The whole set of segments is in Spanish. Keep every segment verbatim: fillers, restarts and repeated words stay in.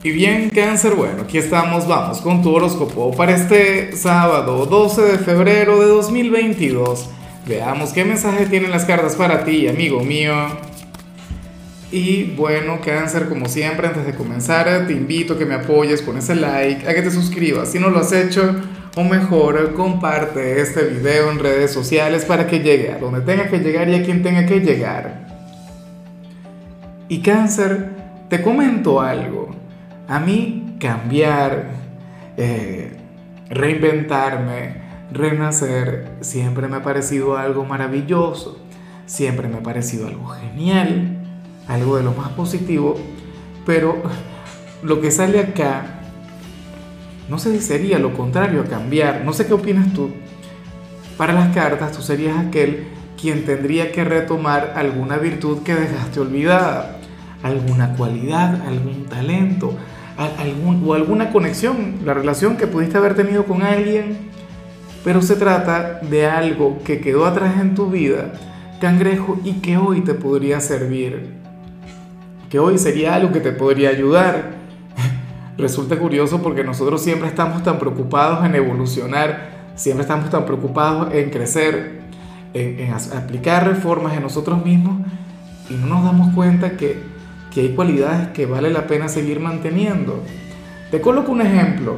Y bien, Cáncer, bueno, aquí estamos, vamos con tu horóscopo para este sábado doce de febrero de dos mil veintidós. Veamos qué mensaje tienen las cartas para ti, amigo mío. Y bueno, Cáncer, como siempre, antes de comenzar, te invito a que me apoyes con ese like, a que te suscribas si no lo has hecho, o mejor, comparte este video en redes sociales para que llegue a donde tenga que llegar y a quien tenga que llegar. Y Cáncer, te comento algo. A mí cambiar, eh, reinventarme, renacer, siempre me ha parecido algo maravilloso, siempre me ha parecido algo genial, algo de lo más positivo, pero lo que sale acá, no sé si sería lo contrario a cambiar, no sé qué opinas tú. Para las cartas tú serías aquel quien tendría que retomar alguna virtud que dejaste olvidada, alguna cualidad, algún talento, algún, o alguna conexión, la relación que pudiste haber tenido con alguien, pero se trata de algo que quedó atrás en tu vida, Cangrejo, y que hoy te podría servir, que hoy sería algo que te podría ayudar. Resulta curioso porque nosotros siempre estamos tan preocupados en evolucionar, siempre estamos tan preocupados en crecer, en, en aplicar reformas en nosotros mismos, y no nos damos cuenta que que hay cualidades que vale la pena seguir manteniendo. Te coloco un ejemplo.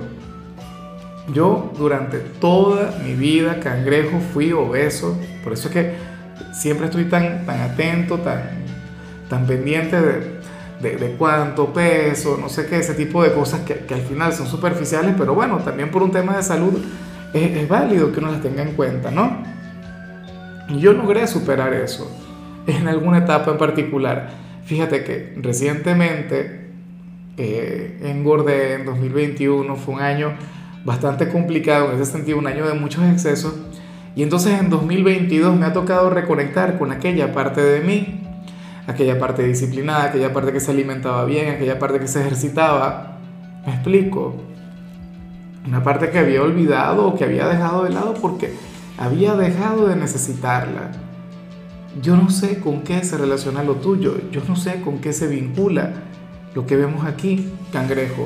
Yo durante toda mi vida, Cangrejo, fui obeso, por eso es que siempre estoy tan, tan atento, tan, tan pendiente de, de, de cuánto peso, no sé qué, ese tipo de cosas que, que al final son superficiales, pero bueno, también por un tema de salud es, es válido que uno las tenga en cuenta, ¿no? Y yo logré superar eso en alguna etapa en particular. Fíjate que recientemente eh, engordé en dos mil veintiuno, fue un año bastante complicado, en ese sentido un año de muchos excesos, y entonces en dos mil veintidós me ha tocado reconectar con aquella parte de mí, aquella parte disciplinada, aquella parte que se alimentaba bien, aquella parte que se ejercitaba. ¿Me explico? Una parte que había olvidado o que había dejado de lado porque había dejado de necesitarla. Yo no sé con qué se relaciona lo tuyo, yo no sé con qué se vincula lo que vemos aquí, Cangrejo.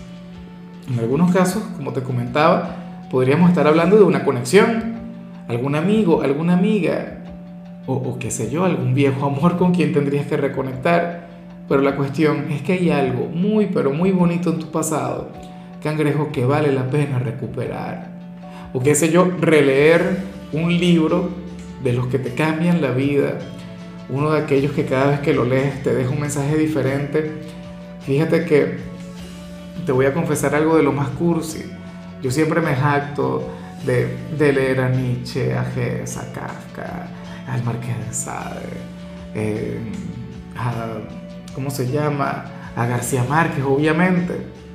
En algunos casos, como te comentaba, podríamos estar hablando de una conexión, algún amigo, alguna amiga, o, o qué sé yo, algún viejo amor con quien tendrías que reconectar. Pero la cuestión es que hay algo muy, pero muy bonito en tu pasado, Cangrejo, que vale la pena recuperar. O qué sé yo, releer un libro de los que te cambian la vida, uno de aquellos que cada vez que lo lees te deja un mensaje diferente. Fíjate que te voy a confesar algo de lo más cursi. Yo siempre me jacto de, de leer a Nietzsche, a Hess, a Kafka, al Marqués de Sade, eh, a, ¿cómo se llama? A García Márquez, obviamente.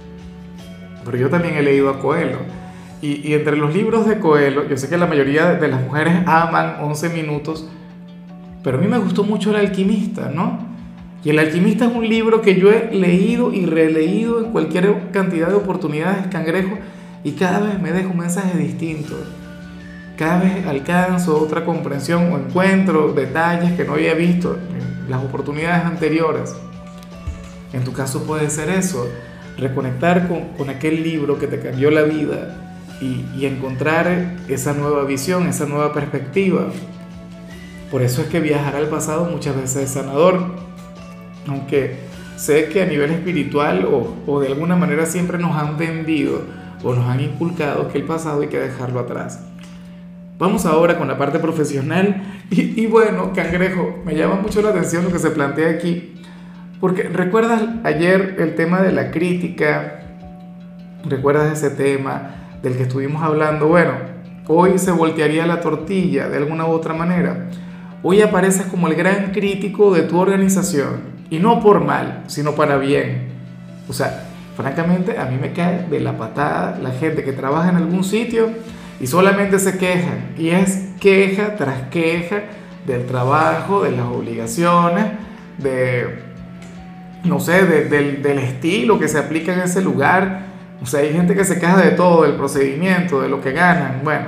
Pero yo también he leído a Coelho. Y, y entre los libros de Coelho, yo sé que la mayoría de las mujeres aman once minutos, pero a mí me gustó mucho El Alquimista, ¿no? Y El Alquimista es un libro que yo he leído y releído en cualquier cantidad de oportunidades, Cangrejo, y cada vez me deja un mensaje distinto. Cada vez alcanzo otra comprensión o encuentro detalles que no había visto en las oportunidades anteriores. En tu caso puede ser eso, reconectar con, con aquel libro que te cambió la vida, Y, y encontrar esa nueva visión, esa nueva perspectiva. Por eso es que viajar al pasado muchas veces es sanador, aunque sé que a nivel espiritual o, o de alguna manera siempre nos han vendido o nos han inculcado que el pasado hay que dejarlo atrás. Vamos ahora con la parte profesional y, y bueno, Cangrejo, me llama mucho la atención lo que se plantea aquí, porque recuerdas ayer el tema de la crítica, recuerdas ese tema del que estuvimos hablando. Bueno, hoy se voltearía la tortilla de alguna u otra manera. Hoy apareces como el gran crítico de tu organización, y no por mal, sino para bien. O sea, francamente a mí me cae de la patada la gente que trabaja en algún sitio y solamente se quejan, y es queja tras queja del trabajo, de las obligaciones, de, no sé, de, del, del estilo que se aplica en ese lugar. O sea, hay gente que se queja de todo, del procedimiento, de lo que ganan. Bueno,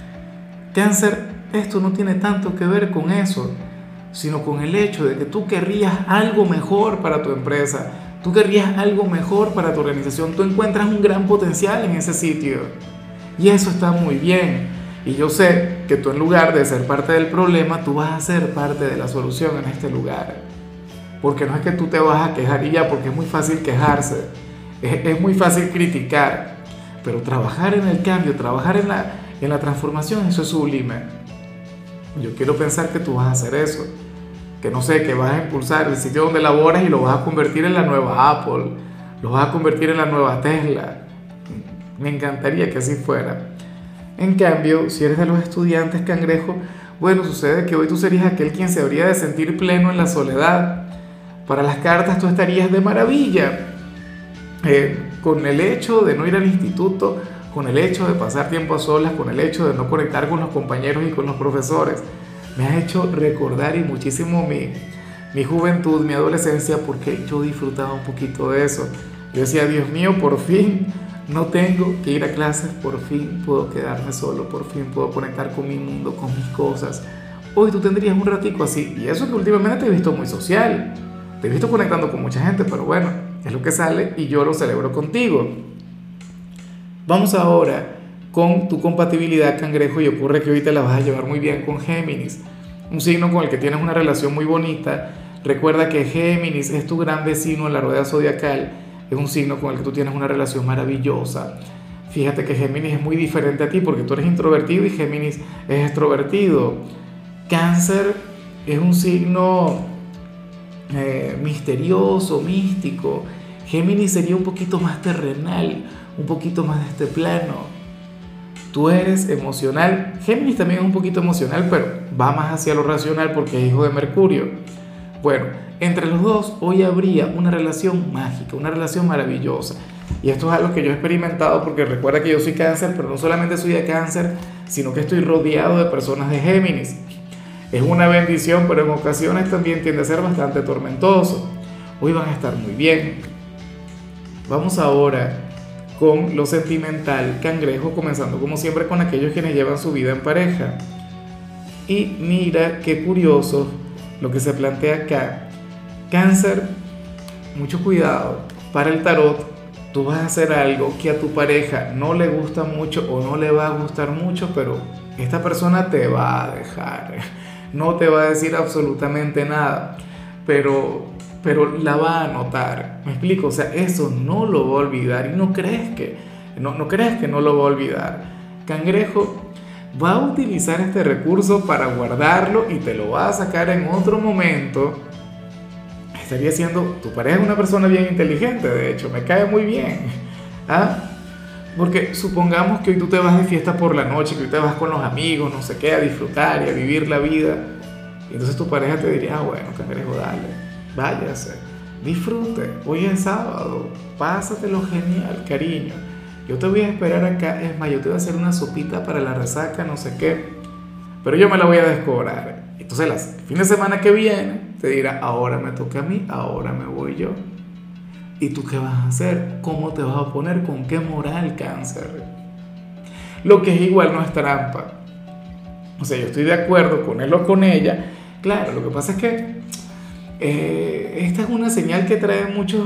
Cáncer, esto no tiene tanto que ver con eso, sino con el hecho de que tú querrías algo mejor para tu empresa, Tú querrías algo mejor para tu organización, tú encuentras un gran potencial en ese sitio y eso está muy bien. Y yo sé que tú en lugar de ser parte del problema, tú vas a ser parte de la solución en este lugar. Porque no es que tú te vas a quejar y ya, porque es muy fácil quejarse, es, es muy fácil criticar, pero trabajar en el cambio, trabajar en la, en la transformación, eso es sublime. Yo quiero pensar que tú vas a hacer eso, que no sé, que vas a impulsar el sitio donde laboras y lo vas a convertir en la nueva Apple, lo vas a convertir en la nueva Tesla. Me encantaría que así fuera. En cambio, si eres de los estudiantes, cangrejo, bueno, sucede que hoy tú serías aquel quien se habría de sentir pleno en la soledad. Para las cartas tú estarías de maravilla, eh, con el hecho de no ir al instituto, con el hecho de pasar tiempo a solas, con el hecho de no conectar con los compañeros y con los profesores. Me has hecho recordar y muchísimo mi, mi juventud, mi adolescencia, porque yo disfrutaba un poquito de eso. Yo decía, Dios mío, por fin no tengo que ir a clases, por fin puedo quedarme solo, por fin puedo conectar con mi mundo, con mis cosas. Hoy tú tendrías un ratico así, y eso que últimamente te he visto muy social, te he visto conectando con mucha gente, pero bueno, es lo que sale y yo lo celebro contigo. Vamos ahora con tu compatibilidad, cangrejo, y ocurre que hoy te la vas a llevar muy bien con Géminis, un signo con el que tienes una relación muy bonita. Recuerda que Géminis es tu gran vecino en la rueda zodiacal, es un signo con el que tú tienes una relación maravillosa. Fíjate que Géminis es muy diferente a ti porque tú eres introvertido y Géminis es extrovertido. Cáncer es un signo eh, misterioso, místico. Géminis sería un poquito más terrenal, un poquito más de este plano. Tú eres emocional. Géminis también es un poquito emocional, pero va más hacia lo racional porque es hijo de Mercurio. Bueno, entre los dos hoy habría una relación mágica, una relación maravillosa. Y esto es algo que yo he experimentado porque recuerda que yo soy cáncer, pero no solamente soy de cáncer, sino que estoy rodeado de personas de Géminis. Es una bendición, pero en ocasiones también tiende a ser bastante tormentoso. Hoy van a estar muy bien. Vamos ahora con lo sentimental, cangrejo, comenzando como siempre con aquellos quienes llevan su vida en pareja. Y mira qué curioso lo que se plantea acá. Cáncer, mucho cuidado. Para el tarot, tú vas a hacer algo que a tu pareja no le gusta mucho o no le va a gustar mucho, pero esta persona te va a dejar, no te va a decir absolutamente nada, pero, pero la va a notar. ¿Me explico? O sea, eso no lo va a olvidar y no crees que, no, no crees que no lo va a olvidar. Cangrejo va a utilizar este recurso para guardarlo y te lo va a sacar en otro momento. Estaría siendo, tu pareja es una persona bien inteligente, de hecho, me cae muy bien. ¿Ah? Porque supongamos que hoy tú te vas de fiesta por la noche, que hoy te vas con los amigos, no sé qué, a disfrutar y a vivir la vida. Y entonces tu pareja te diría, ah, bueno, cangrejo, dale, váyase, disfrute, hoy es sábado, pásatelo genial, cariño. Yo te voy a esperar acá, es más, yo te voy a hacer una sopita para la resaca, no sé qué, pero yo me la voy a descobrar. Entonces, el fin de semana que viene, te dirá, ahora me toca a mí, ahora me voy yo. ¿Y tú qué vas a hacer? ¿Cómo te vas a poner? ¿Con qué moral, cáncer? Lo que es igual no es trampa. O sea, yo estoy de acuerdo con él o con ella. Claro, lo que pasa es que eh, esta es una señal que trae muchos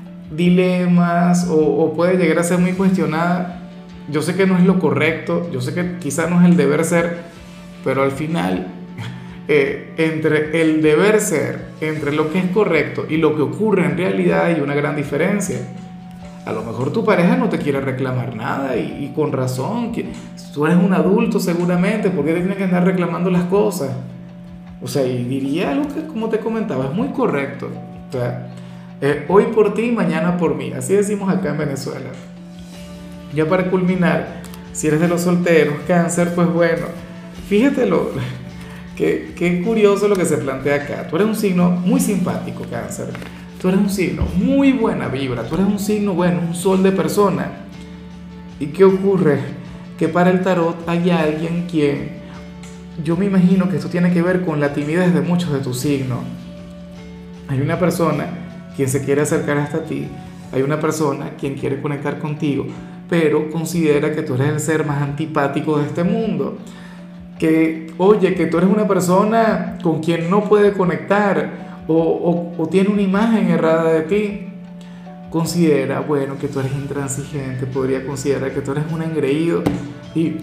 dilemas o, o puede llegar a ser muy cuestionada. Yo sé que no es lo correcto, yo sé que quizá no es el deber ser, pero al final, eh, entre el deber ser, entre lo que es correcto y lo que ocurre en realidad hay una gran diferencia. A lo mejor tu pareja no te quiere reclamar nada y, y con razón, que tú eres un adulto seguramente, ¿por qué te tienes que andar reclamando las cosas? O sea, y diría algo que, como te comentaba, es muy correcto. O sea, eh, hoy por ti, mañana por mí, así decimos acá en Venezuela. Ya para culminar, si eres de los solteros, cáncer, pues bueno, fíjate lo, qué, qué curioso lo que se plantea acá. Tú eres un signo muy simpático, cáncer. Tú eres un signo muy buena vibra. Tú eres un signo, bueno, un sol de persona. ¿Y qué ocurre? Que para el tarot hay alguien quien, yo me imagino que esto tiene que ver con la timidez de muchos de tus signos. Hay una persona quien se quiere acercar hasta ti. Hay una persona quien quiere conectar contigo, pero considera que tú eres el ser más antipático de este mundo. Que, oye, que tú eres una persona con quien no puede conectar o, o, o tiene una imagen errada de ti. considera, bueno, que tú eres intransigente, podría considerar que tú eres un engreído y,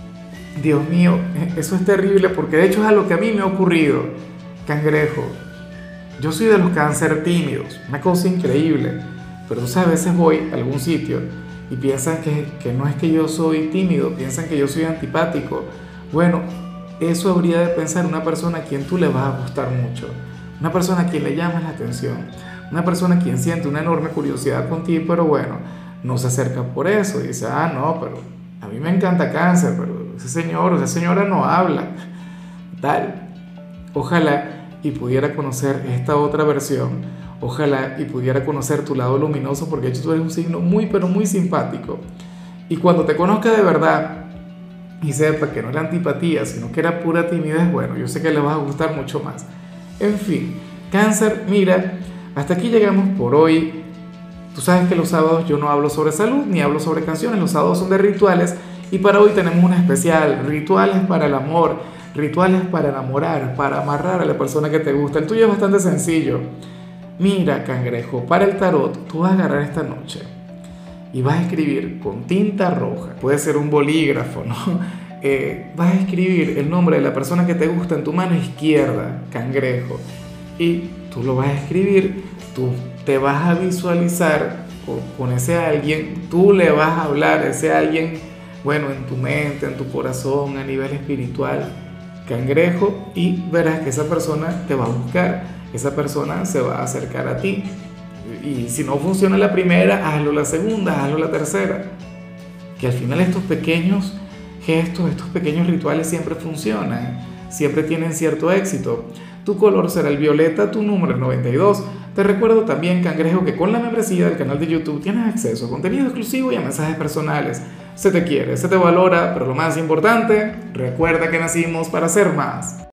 Dios mío, eso es terrible porque de hecho es a lo que a mí me ha ocurrido, Cangrejo. Yo soy de los cáncer tímidos, una cosa increíble, pero tú sabes, a veces voy a algún sitio y piensan que, que no es que yo soy tímido, piensan que yo soy antipático. Bueno, eso habría de pensar una persona a quien tú le vas a gustar mucho, una persona a quien le llamas la atención, una persona a quien siente una enorme curiosidad contigo, pero bueno, no se acerca por eso, dice, ah, no, pero a mí me encanta cáncer, pero ese señor o esa señora no habla, tal. Ojalá y pudiera conocer esta otra versión, ojalá y pudiera conocer tu lado luminoso, porque de hecho tú eres un signo muy, pero muy simpático. Y cuando te conozca de verdad y sepa que no era antipatía, sino que era pura timidez, bueno, yo sé que le vas a gustar mucho más. En fin, Cáncer, mira, hasta aquí llegamos por hoy. Tú sabes que los sábados yo no hablo sobre salud ni hablo sobre canciones, los sábados son de rituales y para hoy tenemos un especial, rituales para el amor, rituales para enamorar, para amarrar a la persona que te gusta. El tuyo es bastante sencillo. Mira, Cangrejo, para el tarot tú vas a agarrar esta noche y vas a escribir con tinta roja, puede ser un bolígrafo, ¿no? Eh, vas a escribir el nombre de la persona que te gusta en tu mano izquierda, Cangrejo, y tú lo vas a escribir, tú te vas a visualizar con, con ese alguien, tú le vas a hablar a ese alguien, bueno, en tu mente, en tu corazón, a nivel espiritual, Cangrejo, y verás que esa persona te va a buscar, esa persona se va a acercar a ti. Y si no funciona la primera, hazlo la segunda, hazlo la tercera. Que al final estos pequeños gestos, estos pequeños rituales siempre funcionan, siempre tienen cierto éxito. Tu color será el violeta, tu número es noventa y dos. Te recuerdo también, Cangrejo, que con la membresía del canal de YouTube tienes acceso a contenido exclusivo y a mensajes personales. Se te quiere, se te valora, pero lo más importante, recuerda que nacimos para ser más.